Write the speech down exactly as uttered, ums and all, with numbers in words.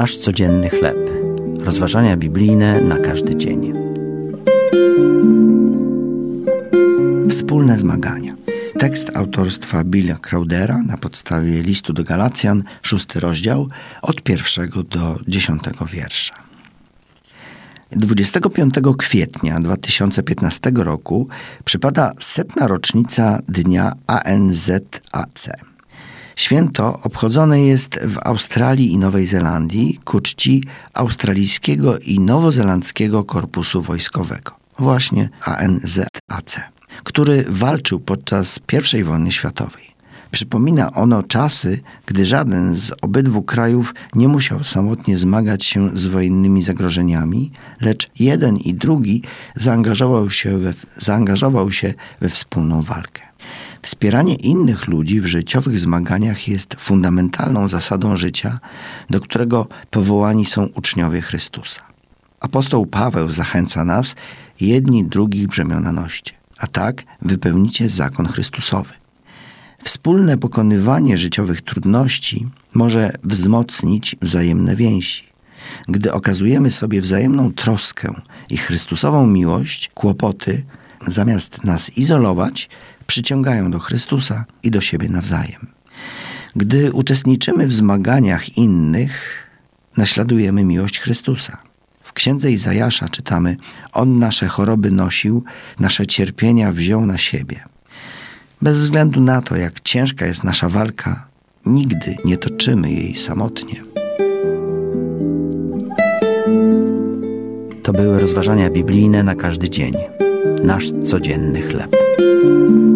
Nasz codzienny chleb. Rozważania biblijne na każdy dzień. Wspólne zmagania. Tekst autorstwa Billa Crowdera na podstawie listu do Galacjan, szósty rozdział, od pierwszego do dziesiątego wiersza. dwudziestego piątego kwietnia dwa tysiące piętnastego roku przypada setna rocznica dnia A N Z A C. Święto obchodzone jest w Australii i Nowej Zelandii ku czci Australijskiego i Nowozelandzkiego Korpusu Wojskowego, właśnie A N Z A C, który walczył podczas pierwszej wojny światowej. Przypomina ono czasy, gdy żaden z obydwu krajów nie musiał samotnie zmagać się z wojennymi zagrożeniami, lecz jeden i drugi zaangażował się we, zaangażował się we wspólną walkę. Wspieranie innych ludzi w życiowych zmaganiach jest fundamentalną zasadą życia, do którego powołani są uczniowie Chrystusa. Apostoł Paweł zachęca nas: jedni drugich brzemiona noście, a tak wypełnicie zakon Chrystusowy. Wspólne pokonywanie życiowych trudności może wzmocnić wzajemne więzi. Gdy okazujemy sobie wzajemną troskę i Chrystusową miłość, kłopoty, zamiast nas izolować, przyciągają do Chrystusa i do siebie nawzajem. Gdy uczestniczymy w zmaganiach innych, naśladujemy miłość Chrystusa. W księdze Izajasza czytamy: On nasze choroby nosił, nasze cierpienia wziął na siebie. Bez względu na to, jak ciężka jest nasza walka, nigdy nie toczymy jej samotnie. To były rozważania biblijne na każdy dzień. Nasz codzienny chleb.